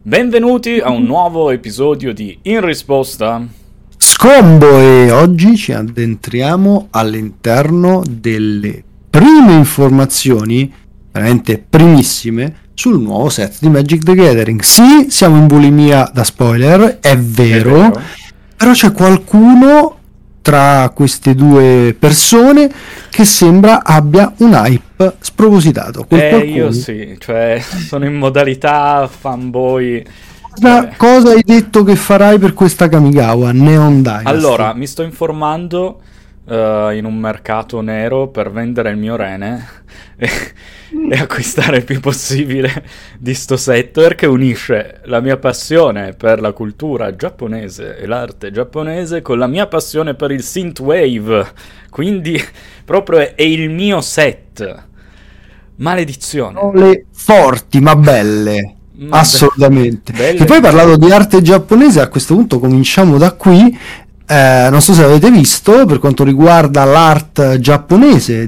Benvenuti a un nuovo episodio di In Risposta. Scombo, e oggi ci addentriamo all'interno delle prime informazioni, veramente primissime, sul nuovo set di Magic the Gathering. Sì, siamo in bulimia da spoiler, è vero. Però c'è qualcuno tra queste due persone che sembra abbia un hype spropositato. Io sì, cioè sono in modalità fanboy. Cosa hai detto che farai per questa Kamigawa Neon Dynasty? Allora, mi sto informando in un mercato nero per vendere il mio rene e acquistare il più possibile di sto set che unisce la mia passione per la cultura giapponese e l'arte giapponese con la mia passione per il synthwave. Quindi proprio è il mio set. Maledizione. Le forti ma belle. Assolutamente. E poi, parlato di arte giapponese, a questo punto cominciamo da qui. Non so se avete visto, per quanto riguarda l'art giapponese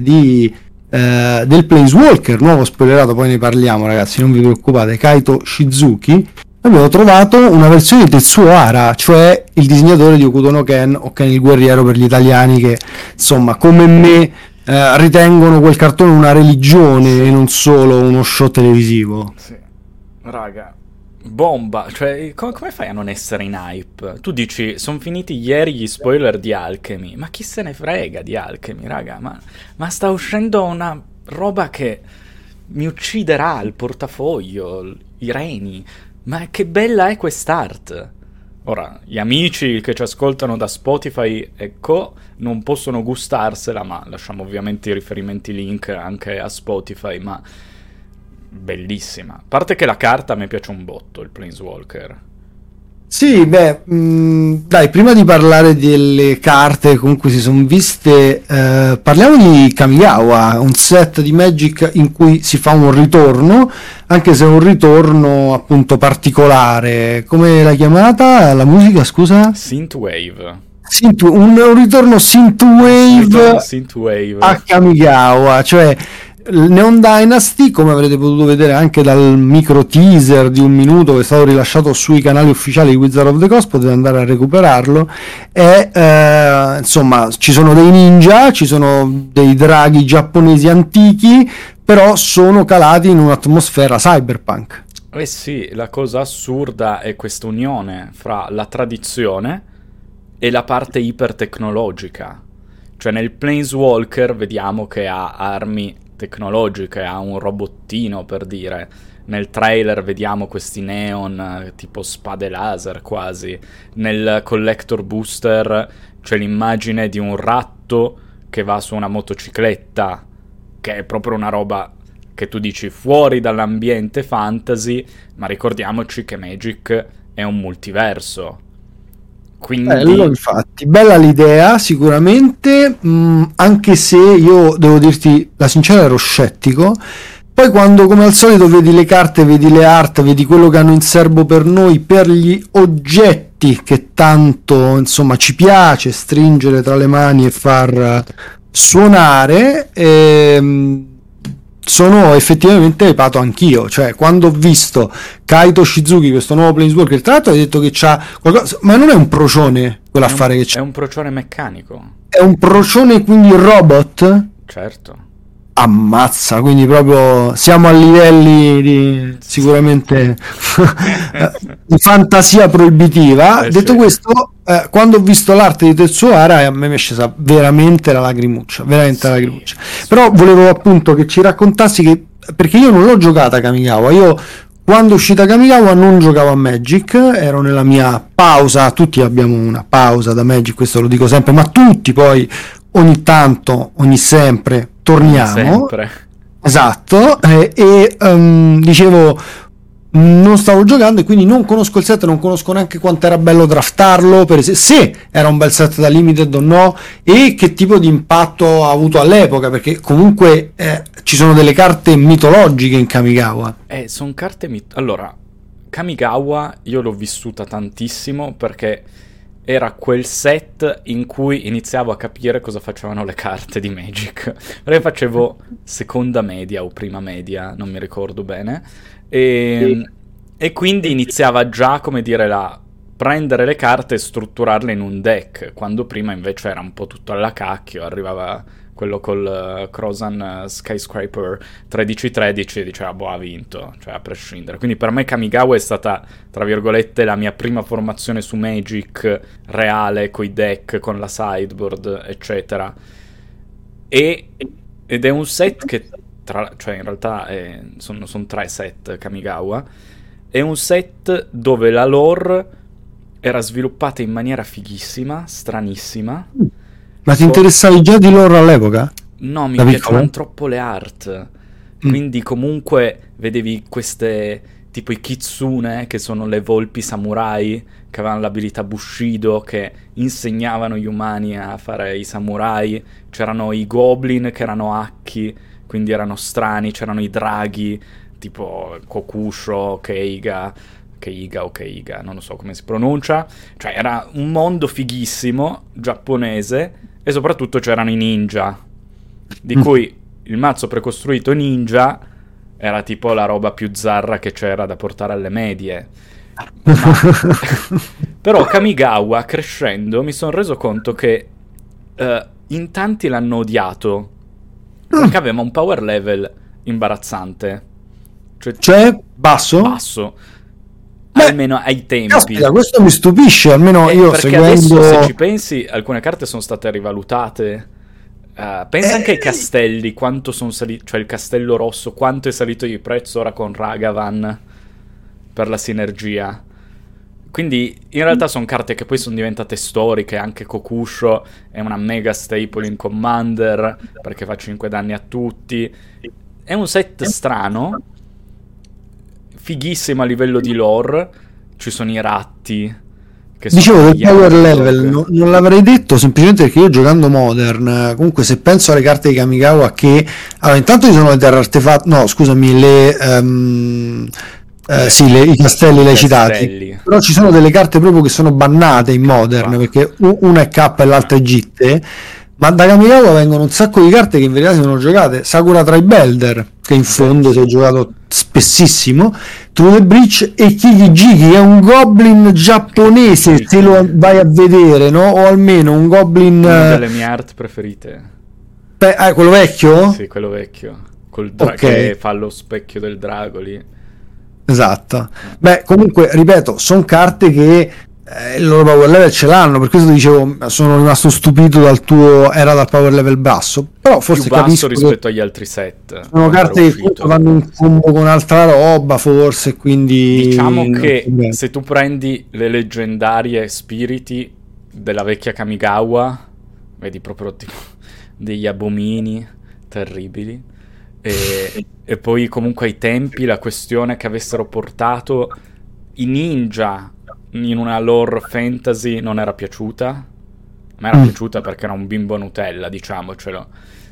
del Planeswalker nuovo spoilerato, poi ne parliamo ragazzi, non vi preoccupate, Kaito Shizuki, abbiamo trovato una versione di Tetsuo Hara, cioè il disegnatore di Hokuto no Ken, o Ken il guerriero per gli italiani che insomma come me ritengono quel cartone una religione e non solo uno show televisivo. Sì. Raga, bomba, cioè come fai a non essere in hype? Tu dici, sono finiti ieri gli spoiler di Alchemy, ma chi se ne frega di Alchemy, raga, ma sta uscendo una roba che mi ucciderà il portafoglio, i reni, ma che bella è quest'art! Ora, gli amici che ci ascoltano da Spotify e co non possono gustarsela, ma lasciamo ovviamente i riferimenti link anche a Spotify, ma bellissima. A parte che la carta a me piace un botto, il Planeswalker. Sì, beh, dai, prima di parlare delle carte che comunque si sono viste, parliamo di Kamigawa, un set di Magic in cui si fa un ritorno, anche se è un ritorno appunto particolare. Come l'hai chiamata? La musica, scusa? Synthwave. Un ritorno Synthwave a Kamigawa, cioè Neon Dynasty, come avrete potuto vedere anche dal micro teaser di un minuto che è stato rilasciato sui canali ufficiali di Wizard of the Coast, potete andare a recuperarlo. E insomma, ci sono dei ninja, ci sono dei draghi giapponesi antichi, però sono calati in un'atmosfera cyberpunk. Eh sì, la cosa assurda è questa unione fra la tradizione e la parte ipertecnologica. Cioè nel Planeswalker vediamo che ha armi tecnologiche, ha un robottino, per dire. Nel trailer vediamo questi neon tipo spade laser quasi. Nel collector booster c'è l'immagine di un ratto che va su una motocicletta, che è proprio una roba che tu dici fuori dall'ambiente fantasy, ma ricordiamoci che Magic è un multiverso. Quindi... Bello, infatti, bella l'idea sicuramente, anche se io devo dirti la sincera, ero scettico. Poi quando come al solito vedi le carte, vedi le art, vedi quello che hanno in serbo per noi, per gli oggetti che tanto insomma ci piace stringere tra le mani e far suonare, sono effettivamente hypato anch'io. Cioè quando ho visto Kaito Shizuki, questo nuovo Planeswalker, tra l'altro hai detto che c'ha qualcosa, ma non è un procione quell'affare che c'è, è un procione meccanico, è un procione, quindi robot? certo. Ammazza, quindi proprio siamo a livelli di sicuramente di fantasia proibitiva. Detto sì. questo, quando ho visto l'arte di Tetsuo Hara, a me mi è scesa veramente la lacrimuccia, veramente la lacrimuccia. Però volevo appunto che ci raccontassi che, perché io non l'ho giocata a Kamigawa, io quando è uscita Kamigawa non giocavo a Magic, ero nella mia pausa, tutti abbiamo una pausa da Magic, questo lo dico sempre, ma tutti poi ogni tanto, ogni sempre torniamo. Sempre. Esatto, dicevo non stavo giocando e quindi non conosco il set, non conosco neanche quanto era bello draftarlo, per se era un bel set da limited o no, e che tipo di impatto ha avuto all'epoca, perché comunque ci sono delle carte mitologiche in Kamigawa. Sono carte allora, Kamigawa io l'ho vissuta tantissimo perché era quel set in cui iniziavo a capire cosa facevano le carte di Magic. Perché facevo seconda media o prima media, non mi ricordo bene. E E quindi iniziava già, come dire, prendere le carte e strutturarle in un deck, quando prima invece era un po' tutto alla cacchio, arrivava quello col Crozan Skyscraper 13-13 e diceva boh, ha vinto, cioè a prescindere. Quindi per me Kamigawa è stata, tra virgolette, la mia prima formazione su Magic reale, coi deck, con la sideboard, eccetera. Ed è un set che, cioè in realtà sono 3 set Kamigawa, è un set dove la lore era sviluppata in maniera fighissima, stranissima. Ma ti interessavi già di lore all'epoca? No, mi piacevano troppo le art. Quindi comunque vedevi queste, tipo i kitsune, che sono le volpi samurai, che avevano l'abilità Bushido, che insegnavano gli umani a fare i samurai. C'erano i goblin che erano haki, quindi erano strani. C'erano i draghi, tipo Kokusho, Keiga, non lo so come si pronuncia. Cioè era un mondo fighissimo, giapponese, e soprattutto c'erano i ninja, di cui il mazzo precostruito ninja era tipo la roba più zarra che c'era da portare alle medie. Però Kamigawa, crescendo, mi sono reso conto che in tanti l'hanno odiato, perché aveva un power level imbarazzante. Cioè basso? Basso. Almeno ai tempi. Caspita, questo mi stupisce, almeno io perché seguendo... adesso, se ci pensi, alcune carte sono state rivalutate. Pensa anche ai castelli, quanto sono saliti, cioè il castello rosso, quanto è salito di prezzo ora con Ragavan per la sinergia. Quindi in realtà sono carte che poi sono diventate storiche. Anche Kokusho è una mega staple in Commander, perché fa 5 danni a tutti. È un set strano, fighissimo a livello di lore. Ci sono i ratti che dicevo sono del power level, non l'avrei detto semplicemente perché io giocando Modern, comunque se penso alle carte di Kamigawa, che allora intanto ci sono le terre artefatte, no scusami, i castelli l'hai citati, però ci sono delle carte proprio che sono bannate in Modern, perché una è K e l'altra è Gitte. Ma da Kamigawa vengono un sacco di carte che in verità si sono giocate. Sakura Tribelder, che in fondo si è giocato spessissimo, Through the Breach, e Kiki-Jiki, che è un goblin giapponese, se lo vai a vedere, no? O almeno un goblin... Una delle mie art preferite. Quello vecchio? Sì, quello vecchio. Che fa lo specchio del drago lì. Esatto. Beh, comunque, ripeto, sono carte che... il loro power level ce l'hanno, per questo dicevo sono rimasto stupito dal tuo era dal power level basso, però forse più basso rispetto agli altri set. Sono carte che vanno in combo con altra roba forse, quindi diciamo che se tu prendi le leggendarie spiriti della vecchia Kamigawa, vedi proprio tipo degli abomini terribili, e poi comunque ai tempi la questione che avessero portato i ninja in una lore fantasy non era piaciuta. A me era piaciuta perché era un bimbo Nutella, diciamocelo.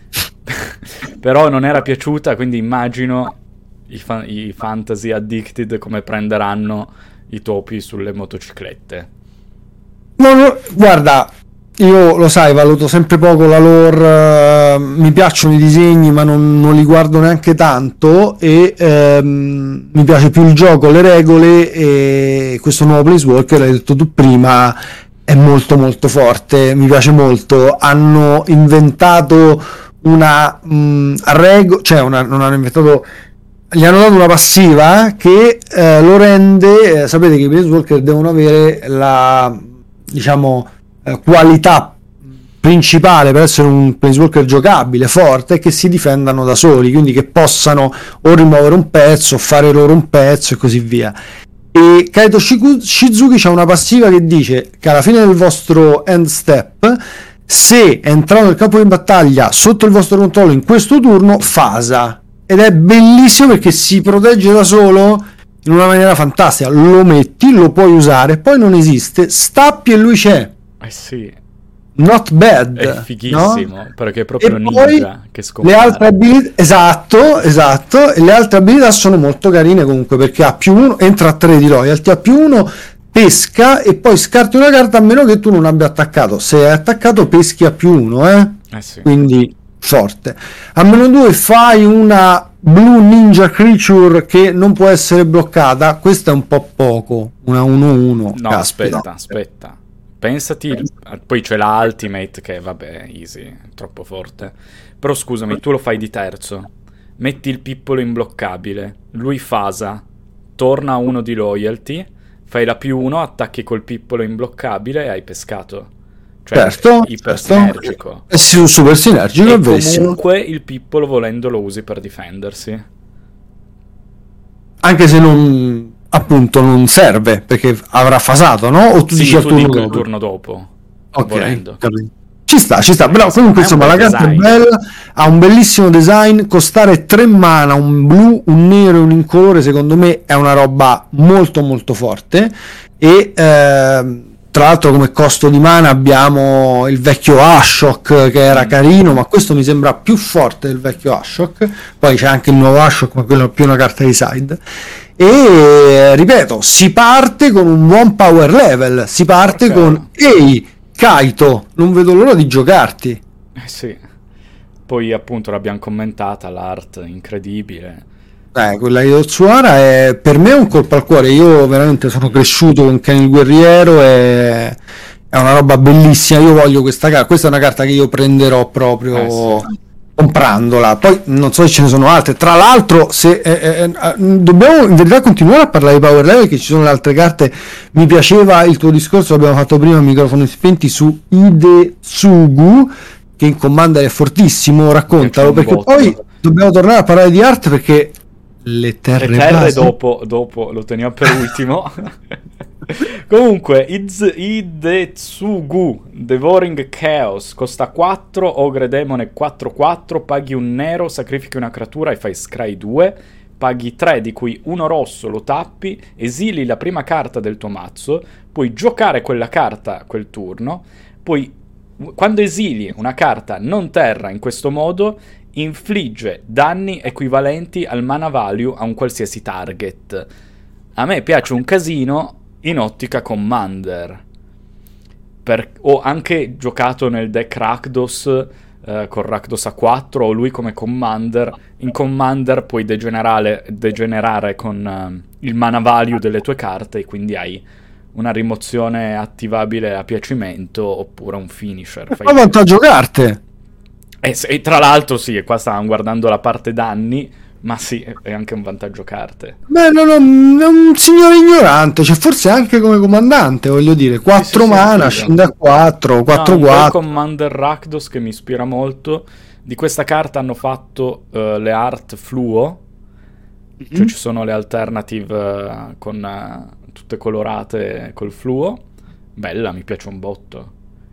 Però non era piaciuta, quindi immagino i fantasy addicted come prenderanno i topi sulle motociclette. No, guarda, io lo sai, valuto sempre poco la lore, mi piacciono i disegni ma non li guardo neanche tanto, e mi piace più il gioco, le regole, e questo nuovo Place Walker, l'hai detto tu prima, è molto molto forte, mi piace molto. Hanno inventato una regola, cioè non hanno inventato, gli hanno dato una passiva che lo rende, sapete che i Place Walker devono avere la, diciamo, qualità principale per essere un planeswalker giocabile, forte, e che si difendano da soli, quindi che possano o rimuovere un pezzo o fare loro un pezzo e così via. E Kaito Shizuki c'ha una passiva che dice che alla fine del vostro end step, se è entrato nel campo di battaglia sotto il vostro controllo in questo turno, fasa, ed è bellissimo perché si protegge da solo in una maniera fantastica. Lo metti, lo puoi usare, poi non esiste, stappi e lui c'è. Sì, not bad, è fighissimo, no? Perché è proprio e ninja che scompare. Le altre abilità, esatto, e le altre abilità sono molto carine comunque, perché ha +1, entra a 3 di royalty, ha +1, pesca, e poi scarti una carta a meno che tu non abbia attaccato. Se hai attaccato peschi a +1, sì. Quindi forte. A -2 fai una Blue Ninja Creature che non può essere bloccata, questo è un po' poco, una 1-1. No, caspita. aspetta. Pensati, poi c'è la Ultimate che vabbè, easy, troppo forte. Però scusami, tu lo fai di terzo. Metti il pippolo imbloccabile, lui fasa, torna a 1 di loyalty, fai la +1, attacchi col pippolo imbloccabile e hai pescato. Cioè, Certo, iper sinergico. È super sinergico, E è verissimo. comunque il pippolo volendo lo usi per difendersi. Anche se non, appunto, non serve, perché avrà fasato, no? O tu Sì, dici al tu turno dico il dopo? turno dopo. Ok, Volendo. capito. Ci sta, però comunque È un insomma la bel carta è design. bella, ha un bellissimo design, costare 3 mana, un blu, un nero e un incolore secondo me è una roba molto molto forte e tra l'altro come costo di mana abbiamo il vecchio Ashok che era carino, ma questo mi sembra più forte del vecchio Ashok, poi c'è anche il nuovo Ashok ma quello è più una carta di side. E ripeto, si parte con un buon power level, si parte con ehi Kaito, non vedo l'ora di giocarti. Sì. Poi appunto l'abbiamo commentata, l'art incredibile. Quella di Otsuara è per me un colpo al cuore. Io veramente sono cresciuto con Ken il Guerriero e è una roba bellissima. Io voglio questa carta. Questa è una carta che io prenderò proprio comprandola. Poi non so se ce ne sono altre. Tra l'altro, se dobbiamo in verità continuare a parlare di power level, che ci sono le altre carte. Mi piaceva il tuo discorso, l'abbiamo fatto prima a microfoni spenti su Hidetsugu, che in Commander è fortissimo. Raccontalo, perché poi dobbiamo tornare a parlare di art perché le terre base... dopo lo teniamo per ultimo. Comunque Hidetsugu Devouring Chaos costa 4, ogre demone 4/4, paghi un nero, sacrifichi una creatura e fai scry 2, paghi 3 di cui uno rosso, lo tappi, esili la prima carta del tuo mazzo, puoi giocare quella carta quel turno, poi quando esili una carta non terra in questo modo infligge danni equivalenti al mana value a un qualsiasi target. A me piace un casino in ottica Commander. Ho anche giocato nel deck Rakdos con Rakdos A4 o lui come Commander. In Commander puoi degenerare con il mana value delle tue carte e quindi hai una rimozione attivabile a piacimento oppure un finisher. Ma vantaggio carte! E tra l'altro sì, e qua stavamo guardando la parte danni, ma sì, è anche un vantaggio carte. Beh, no, è un signore ignorante, cioè forse anche come comandante, voglio dire, 4 mana, scende a 4, 4-4. No, Commander Rakdos che mi ispira molto, di questa carta hanno fatto le art fluo, cioè ci sono le alternative con tutte colorate col fluo, bella, mi piace un botto.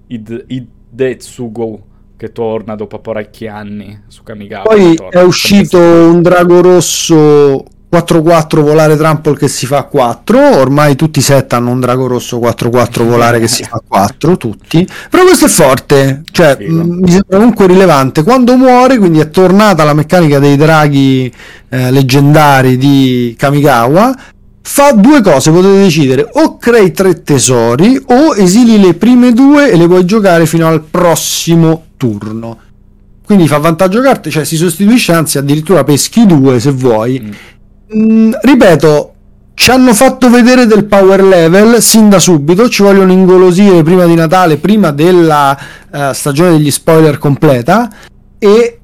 Hidetsugu che torna dopo parecchi anni su Kamigawa. Poi è uscito un drago rosso 4-4 volare trample che si fa 4, ormai tutti i set hanno un drago rosso 4-4 volare che si fa 4, tutti, però questo è forte, cioè mi sembra comunque rilevante, quando muore, quindi è tornata la meccanica dei draghi leggendari di Kamigawa, fa due cose, potete decidere, o crei 3 tesori o esili le prime 2 e le puoi giocare fino al prossimo turno, quindi fa vantaggio carte, cioè si sostituisce, anzi addirittura peschi 2 se vuoi. Ripeto, ci hanno fatto vedere del power level sin da subito, ci vogliono ingolosire prima di Natale, prima della stagione degli spoiler completa, e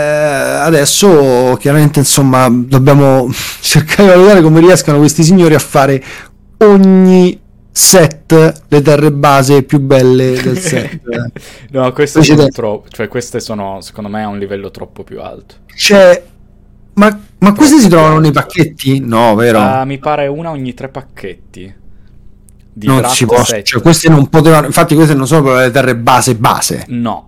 adesso chiaramente insomma dobbiamo cercare di valutare come riescano questi signori a fare ogni set le terre base più belle del set. No, queste sono troppo, cioè queste sono secondo me a un livello troppo più alto. Cioè, ma queste si trovano nei pacchetti? No, vero? Mi pare una ogni 3 pacchetti. Non si può, cioè queste non potevano, infatti queste non sono proprio le terre base. No.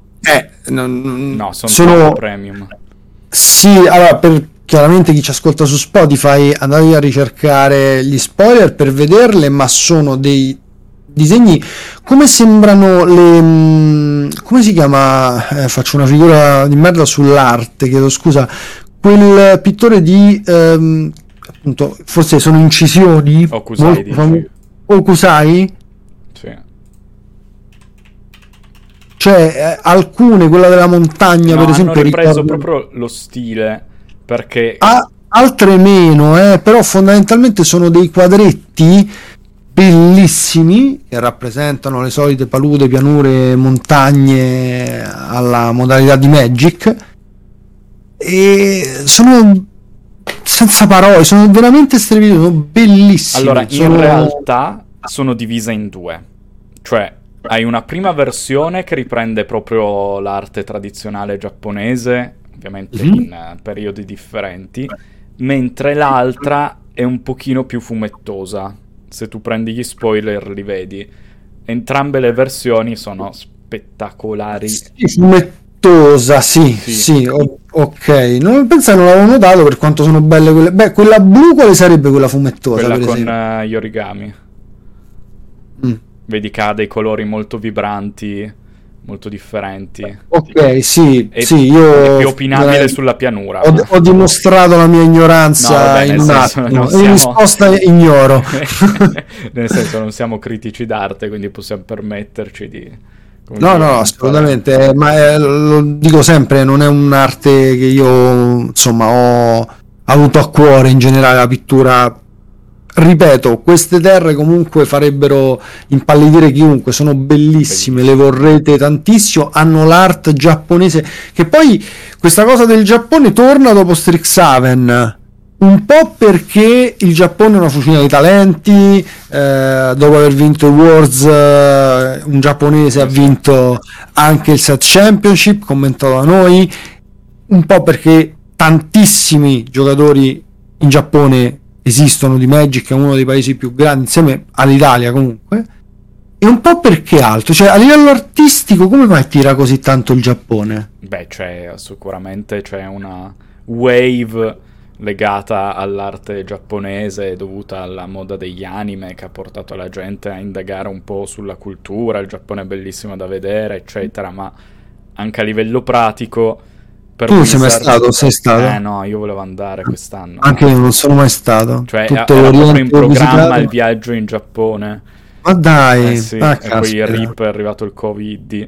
Sono premium. Sì, allora per chiaramente chi ci ascolta su Spotify, andate a ricercare gli spoiler per vederle, ma sono dei disegni, come sembrano le, come si chiama, faccio una figura di merda sull'arte, chiedo scusa, quel pittore di appunto, forse sono incisioni Okusai? Sì. Cioè alcune, quella della montagna per esempio, hanno ripreso proprio lo stile Perché... altre meno, però fondamentalmente sono dei quadretti bellissimi che rappresentano le solite paludi, pianure, montagne alla modalità di Magic, e sono senza parole, sono veramente strepitosi, sono bellissimi. Allora, in realtà sono divise in due, cioè hai una prima versione che riprende proprio l'arte tradizionale giapponese, ovviamente in periodi differenti, mentre l'altra è un pochino più fumettosa. Se tu prendi gli spoiler li vedi. Entrambe le versioni sono spettacolari. Sì, fumettosa, sì, ok. Non penso, non l'avevo notato per quanto sono belle quelle. Beh, quella blu quale sarebbe quella fumettosa? Quella per con esempio? gli origami. Vedi che ha dei colori molto vibranti, molto differenti. Ok, sì, io... È più opinabile veramente sulla pianura. ho dimostrato la mia ignoranza, no, vabbè, in un attimo. siamo... In risposta ignoro. Nel senso, non siamo critici d'arte, quindi possiamo permetterci di... No, assolutamente, ma lo dico sempre, non è un'arte che io, insomma, ho avuto a cuore in generale, la pittura. Ripeto, queste terre comunque farebbero impallidire chiunque, sono bellissime, le vorrete tantissimo, hanno l'art giapponese, che poi questa cosa del Giappone torna dopo Strixhaven, un po' perché il Giappone è una fucina di talenti, dopo aver vinto i Worlds, un giapponese ha vinto anche il Set Championship, commentato da noi, un po' perché tantissimi giocatori in Giappone esistono di Magic, è uno dei paesi più grandi insieme all'Italia comunque, e un po' perché altro, cioè a livello artistico come mai tira così tanto il Giappone? Beh, sicuramente c'è una wave legata all'arte giapponese dovuta alla moda degli anime che ha portato la gente a indagare un po' sulla cultura, il Giappone è bellissimo da vedere, eccetera, ma anche a livello pratico... Tu sei mai stato? Sei stato? No, io volevo andare quest'anno. Anche io non sono mai stato. Cioè, tutto era proprio in programma visitato. il viaggio in Giappone. Ma dai, sì, e poi RIP è arrivato il Covid.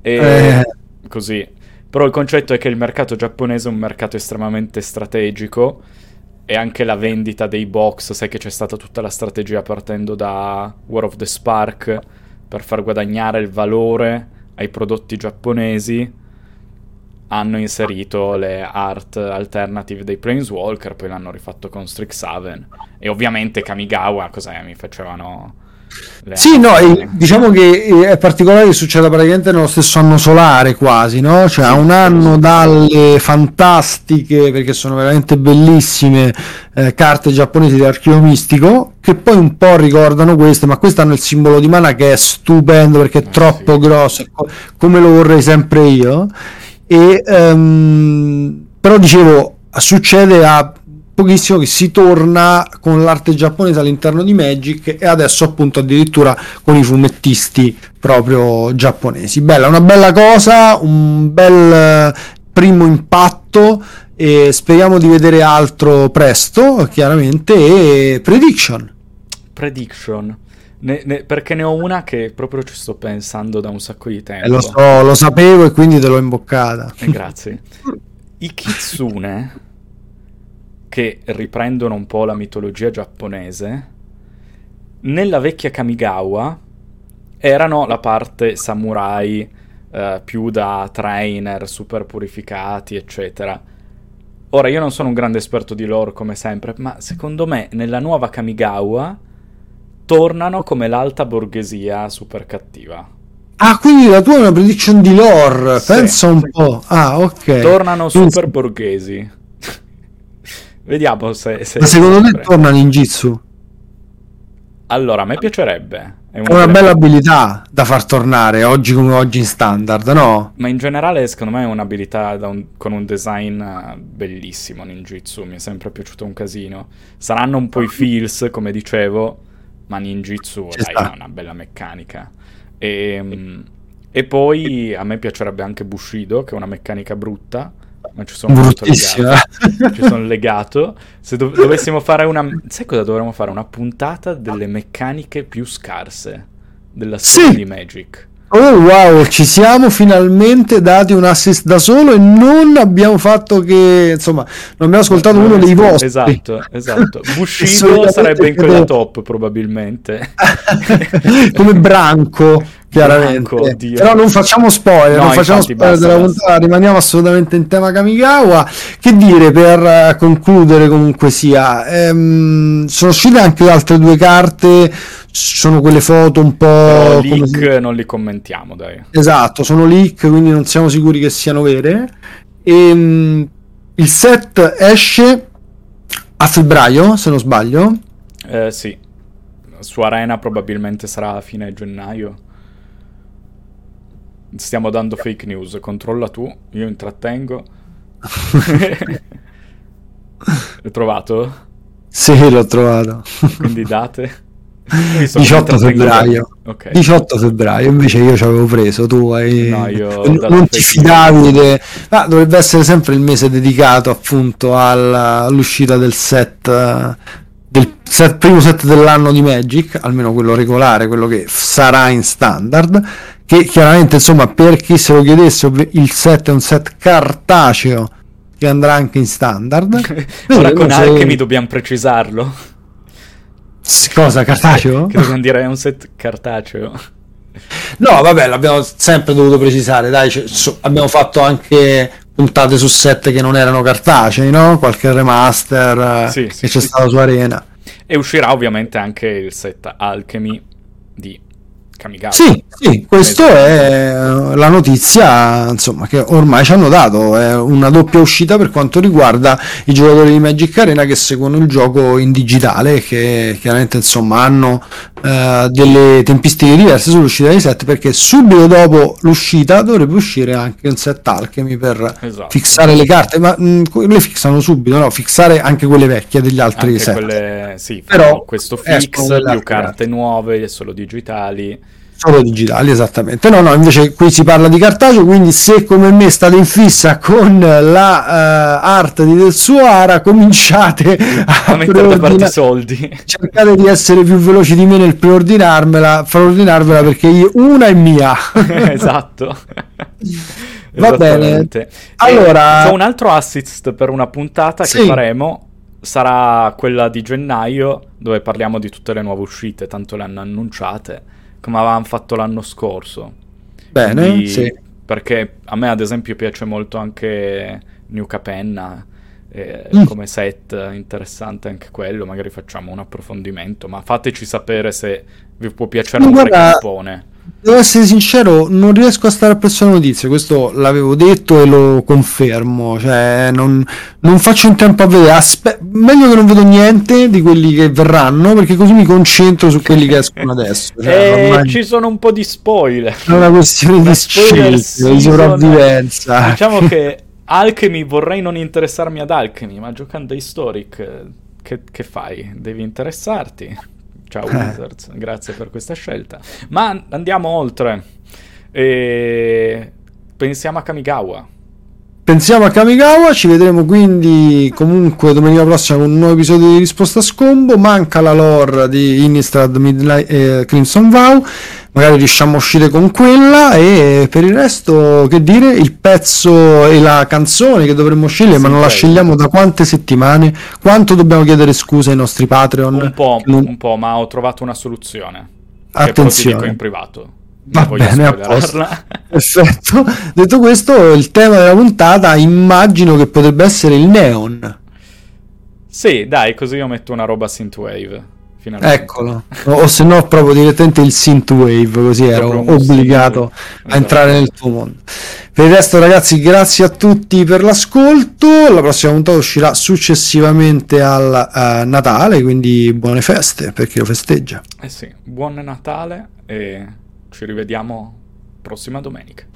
Così. Però il concetto è che il mercato giapponese è un mercato estremamente strategico e anche la vendita dei box, sai che c'è stata tutta la strategia partendo da War of the Spark per far guadagnare il valore ai prodotti giapponesi. Hanno inserito le art alternative dei Planeswalker, poi l'hanno rifatto con Strixhaven. E ovviamente Kamigawa, mi facevano... Sì, no, diciamo che è particolare che succeda praticamente nello stesso anno solare quasi, no? Cioè a un anno dalle fantastiche, perché sono veramente bellissime, carte giapponesi di Archivio Mistico, che poi un po' ricordano queste, ma queste hanno il simbolo di mana che è stupendo perché è troppo grosso, come lo vorrei sempre io. Però dicevo, succede a pochissimo che si torna con l'arte giapponese all'interno di Magic e adesso appunto addirittura con i fumettisti proprio giapponesi. Una bella cosa, un bel primo impatto, e speriamo di vedere altro presto, chiaramente. E prediction perché ne ho una che proprio ci sto pensando da un sacco di tempo. Lo so, lo sapevo e quindi te l'ho imboccata. Grazie. I kitsune, che riprendono un po' la mitologia giapponese, nella vecchia Kamigawa erano la parte samurai, più da trainer, super purificati, eccetera. Ora, io non sono un grande esperto di lore come sempre, ma secondo me nella nuova Kamigawa tornano come l'alta borghesia super cattiva. Ah, quindi la tua è una prediction di lore, sì. Pensa un po'. Ah, ok. Tornano super borghesi. Vediamo se ma secondo te torna ninjitsu? Allora, a me piacerebbe. È una bella abilità da far tornare oggi come oggi in standard, no? Ma in generale secondo me è un'abilità con un design bellissimo ninjitsu, mi è sempre piaciuto un casino. Saranno un po' i feels, come dicevo, ma ninjitsu è una bella meccanica. E poi a me piacerebbe anche Bushido, che è una meccanica brutta, ma ci sono molto legato. Ci sono legato. Se dovessimo fare sai cosa dovremmo fare? Una puntata delle meccaniche più scarse della storia di Magic. Oh wow, ci siamo finalmente dati un assist da solo e non abbiamo fatto che, insomma, non abbiamo ascoltato uno dei vostri. Esatto. Bushido sarebbe in quella top probabilmente. Come Branco, chiaramente. Branco, però non facciamo spoiler, no, non facciamo spoiler della puntata, rimaniamo assolutamente in tema Kamigawa. Che dire per concludere, comunque sia, sono uscite anche altre due carte. Sono quelle foto un po'... Però leak non li commentiamo, dai. Esatto, sono leak, quindi non siamo sicuri che siano vere. Il set esce a febbraio, se non sbaglio. Sì. Su Arena probabilmente sarà a fine gennaio. Stiamo dando fake news. Controlla tu, io intrattengo. L'hai trovato? Sì, l'ho trovato. Quindi date? 18 febbraio. Okay. 18 febbraio, invece io ci avevo preso, tu hai... No, io non ti fidavi ma dovrebbe essere sempre il mese dedicato appunto all'uscita del set, primo set dell'anno di Magic, almeno quello regolare, quello che sarà in standard, che chiaramente, insomma, per chi se lo chiedesse, il set è un set cartaceo che andrà anche in standard. Ora con Alchemy dobbiamo precisarlo. Cosa, cartaceo? Che dobbiamo dire è un set cartaceo. No, vabbè, l'abbiamo sempre dovuto precisare, dai, abbiamo fatto anche puntate su set che non erano cartacei, no? Qualche remaster che c'è stato su Arena. E uscirà ovviamente anche il set Alchemy di Kamigawa. Sì, questo è la notizia, insomma, che ormai ci hanno dato, è una doppia uscita per quanto riguarda i giocatori di Magic Arena che seguono il gioco in digitale, che chiaramente, insomma, hanno delle tempistiche diverse sull'uscita dei set, perché subito dopo l'uscita dovrebbe uscire anche un set Alchemy per fissare le carte, ma le fissano subito, no? Fissare anche quelle vecchie degli altri anche set. Quelle, sì, però questo fix, più carte nuove, solo digitali. Solo digitali, esattamente. No, invece qui si parla di cartaceo, quindi se come me state in fissa con la art di Tetsuhara, cominciate a mettere da parte i soldi. Cercate di essere più veloci di me nel preordinarvela perché una è mia. Esatto. Va bene. Allora, c'è un altro assist per una puntata che faremo. Sarà quella di gennaio, dove parliamo di tutte le nuove uscite, tanto le hanno annunciate, come avevamo fatto l'anno scorso. Bene, quindi, sì. Perché a me ad esempio piace molto anche New Capenna, come set, interessante anche quello, magari facciamo un approfondimento, ma fateci sapere se vi può piacere un precampone. Devo essere sincero, non riesco a stare presso la notizia, questo l'avevo detto e lo confermo, cioè non faccio in tempo a vedere, meglio che non vedo niente di quelli che verranno, perché così mi concentro su quelli che escono adesso. Ormai ci sono un po' di spoiler. È una questione di scelta, di sopravvivenza. Diciamo che Alchemy, vorrei non interessarmi ad Alchemy, ma giocando a Historic, che fai? Devi interessarti. Ciao Wizards, grazie per questa scelta. Ma andiamo oltre. Pensiamo a Kamigawa. Ci vedremo quindi comunque domenica prossima con un nuovo episodio di Risposta a Scombo. Manca la lore di Innistrad Midnight Crimson Vow, magari riusciamo a uscire con quella, e per il resto che dire, il pezzo e la canzone che dovremmo scegliere, ma non la scegliamo da quante settimane? Quanto dobbiamo chiedere scusa ai nostri Patreon? Un po', ma ho trovato una soluzione. Attenzione. Che poi ti dico in privato. Va bene, a posto. Perfetto. Detto questo, il tema della puntata immagino che potrebbe essere il neon. Sì, dai, così io metto una roba synthwave. Finalmente. Eccolo. O se no proprio direttamente il synthwave, così ero obbligato a entrare nel tuo mondo. Per il resto, ragazzi, grazie a tutti per l'ascolto. La prossima puntata uscirà successivamente al Natale, quindi buone feste per chi lo festeggia. Sì, buon Natale e ci rivediamo prossima domenica.